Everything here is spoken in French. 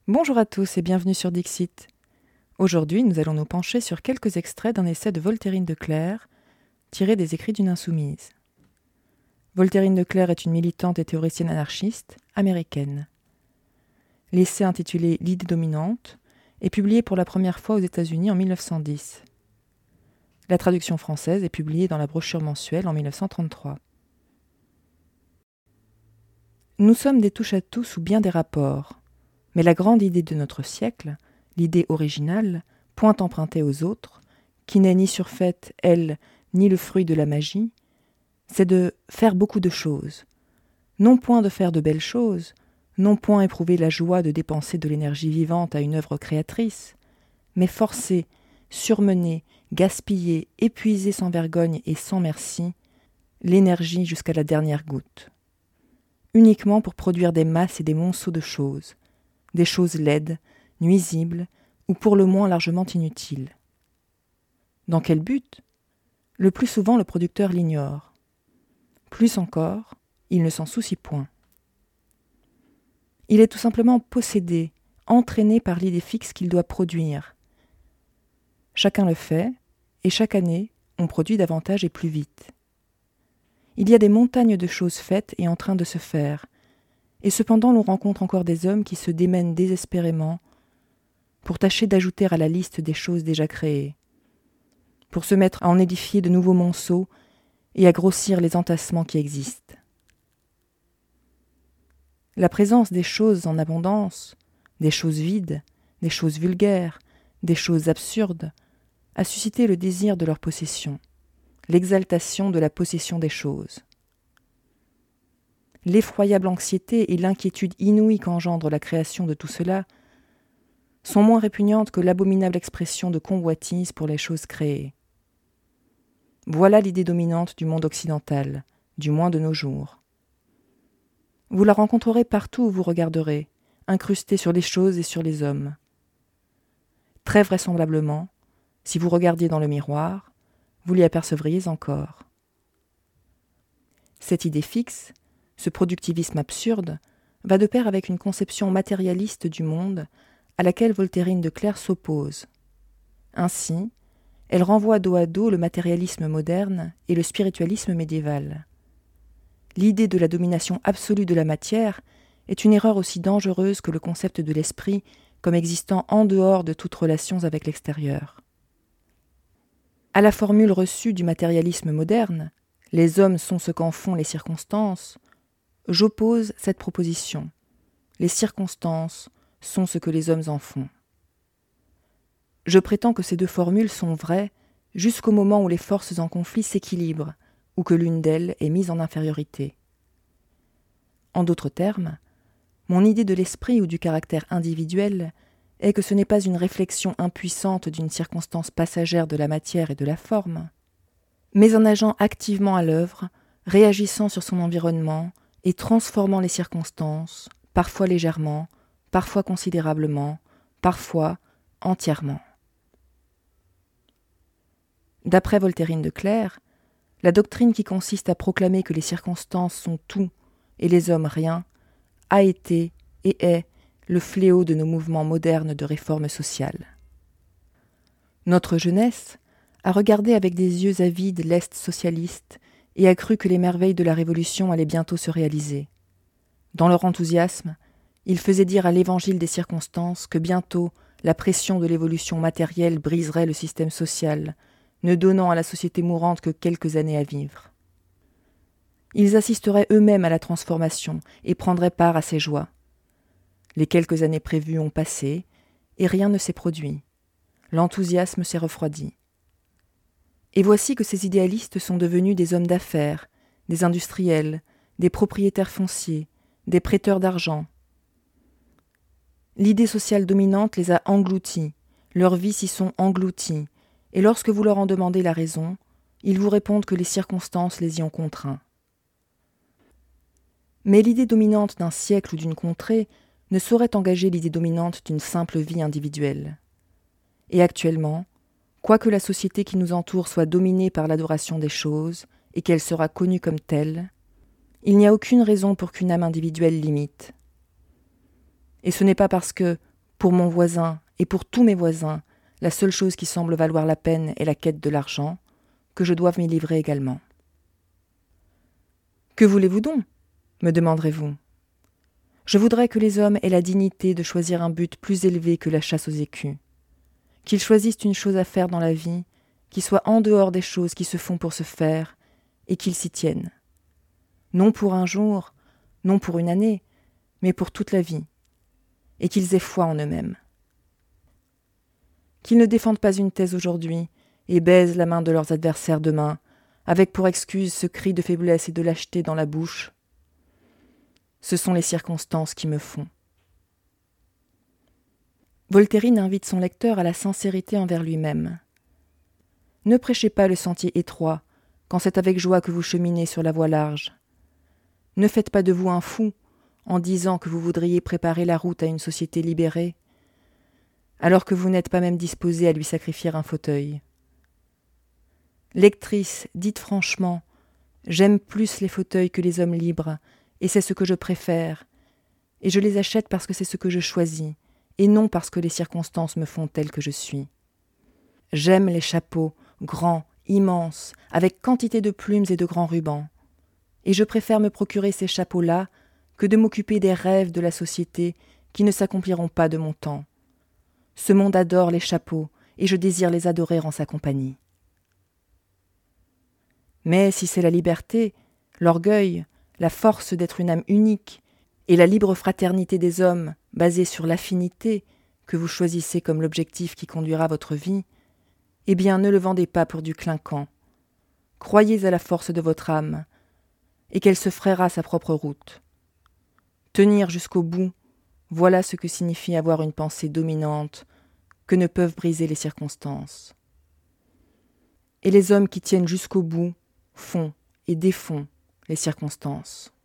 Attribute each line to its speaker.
Speaker 1: Bonjour à tous et bienvenue sur Dixit. Aujourd'hui, nous allons nous pencher sur quelques extraits d'un essai de Voltairine de Cleyre, tiré des écrits d'une insoumise. Voltairine de Cleyre est une militante et théoricienne anarchiste américaine. L'essai intitulé « L'idée dominante » est publié pour la première fois aux États-Unis en 1910. La traduction française est publiée dans la brochure mensuelle en 1933. Nous sommes des touche-à-tout sous bien des rapports, mais la grande idée de notre siècle, l'idée originale, point empruntée aux autres, qui n'est ni surfaite, elle, ni le fruit de la magie, c'est de faire beaucoup de choses. Non point de faire de belles choses, non point éprouver la joie de dépenser de l'énergie vivante à une œuvre créatrice, mais forcer, surmener, gaspiller, épuiser sans vergogne et sans merci, l'énergie jusqu'à la dernière goutte. Uniquement pour produire des masses et des monceaux de choses, des choses laides, nuisibles, ou pour le moins largement inutiles. Dans quel but ? Le plus souvent le producteur l'ignore. Plus encore, il ne s'en soucie point. Il est tout simplement possédé, entraîné par l'idée fixe qu'il doit produire. Chacun le fait, et chaque année, on produit davantage et plus vite. Il y a des montagnes de choses faites et en train de se faire, et cependant l'on rencontre encore des hommes qui se démènent désespérément pour tâcher d'ajouter à la liste des choses déjà créées, pour se mettre à en édifier de nouveaux monceaux et à grossir les entassements qui existent. La présence des choses en abondance, des choses vides, des choses vulgaires, des choses absurdes, a suscité le désir de leur possession, l'exaltation de la possession des choses. L'effroyable anxiété et l'inquiétude inouïe qu'engendre la création de tout cela sont moins répugnantes que l'abominable expression de convoitise pour les choses créées. Voilà l'idée dominante du monde occidental, du moins de nos jours. Vous la rencontrerez partout où vous regarderez, incrustée sur les choses et sur les hommes. Très vraisemblablement, si vous regardiez dans le miroir, vous l'y apercevriez encore. Cette idée fixe, ce productivisme absurde, va de pair avec une conception matérialiste du monde à laquelle Voltairine de Cleyre s'oppose. Ainsi, elle renvoie dos à dos le matérialisme moderne et le spiritualisme médiéval. L'idée de la domination absolue de la matière est une erreur aussi dangereuse que le concept de l'esprit comme existant en dehors de toutes relations avec l'extérieur. À la formule reçue du matérialisme moderne, « les hommes sont ce qu'en font les circonstances », j'oppose cette proposition. Les circonstances sont ce que les hommes en font. Je prétends que ces deux formules sont vraies jusqu'au moment où les forces en conflit s'équilibrent ou que l'une d'elles est mise en infériorité. En d'autres termes, mon idée de l'esprit ou du caractère individuel est que ce n'est pas une réflexion impuissante d'une circonstance passagère de la matière et de la forme, mais un agent activement à l'œuvre, réagissant sur son environnement et transformant les circonstances, parfois légèrement, parfois considérablement, parfois entièrement. D'après Voltairine de Cleyre, la doctrine qui consiste à proclamer que les circonstances sont tout et les hommes rien a été et est le fléau de nos mouvements modernes de réforme sociale. Notre jeunesse a regardé avec des yeux avides l'Est socialiste et a cru que les merveilles de la Révolution allaient bientôt se réaliser. Dans leur enthousiasme, ils faisaient dire à l'évangile des circonstances que bientôt la pression de l'évolution matérielle briserait le système social, ne donnant à la société mourante que quelques années à vivre. Ils assisteraient eux-mêmes à la transformation et prendraient part à ses joies. Les quelques années prévues ont passé et rien ne s'est produit. L'enthousiasme s'est refroidi. Et voici que ces idéalistes sont devenus des hommes d'affaires, des industriels, des propriétaires fonciers, des prêteurs d'argent. L'idée sociale dominante les a engloutis, leurs vies s'y sont englouties, et lorsque vous leur en demandez la raison, ils vous répondent que les circonstances les y ont contraints. Mais l'idée dominante d'un siècle ou d'une contrée ne saurait engager l'idée dominante d'une simple vie individuelle. Et actuellement, quoique la société qui nous entoure soit dominée par l'adoration des choses et qu'elle sera connue comme telle, il n'y a aucune raison pour qu'une âme individuelle l'imite. Et ce n'est pas parce que, Pour mon voisin et pour tous mes voisins, la seule chose qui semble valoir la peine est la quête de l'argent, que je doive m'y livrer également. Que voulez-vous donc ? Me demanderez-vous. Je voudrais que les hommes aient la dignité de choisir un but plus élevé que la chasse aux écus, qu'ils choisissent une chose à faire dans la vie, qui soit en dehors des choses qui se font pour se faire, et qu'ils s'y tiennent. Non pour un jour, non pour une année, mais pour toute la vie, et qu'ils aient foi en eux-mêmes. Qu'ils ne défendent pas une thèse aujourd'hui et baisent la main de leurs adversaires demain, avec pour excuse ce cri de faiblesse et de lâcheté dans la bouche. Ce sont les circonstances qui me font. Voltairine invite son lecteur à la sincérité envers lui-même. Ne prêchez pas le sentier étroit, quand c'est avec joie que vous cheminez sur la voie large. Ne faites pas de vous un fou, en disant que vous voudriez préparer la route à une société libérée, alors que vous n'êtes pas même disposé à lui sacrifier un fauteuil. Lectrice, dites franchement, j'aime plus les fauteuils que les hommes libres, et c'est ce que je préfère, et je les achète parce que c'est ce que je choisis, et non parce que les circonstances me font telle que je suis. J'aime les chapeaux, grands, immenses, avec quantité de plumes et de grands rubans, et je préfère me procurer ces chapeaux-là que de m'occuper des rêves de la société qui ne s'accompliront pas de mon temps. Ce monde adore les chapeaux, et je désire les adorer en sa compagnie. Mais si c'est la liberté, l'orgueil, la force d'être une âme unique, et la libre fraternité des hommes, basée sur l'affinité, que vous choisissez comme l'objectif qui conduira votre vie, eh bien ne le vendez pas pour du clinquant. Croyez à la force de votre âme, et qu'elle se frayera sa propre route. Tenir jusqu'au bout, voilà ce que signifie avoir une pensée dominante que ne peuvent briser les circonstances. Et les hommes qui tiennent jusqu'au bout font et défont les circonstances.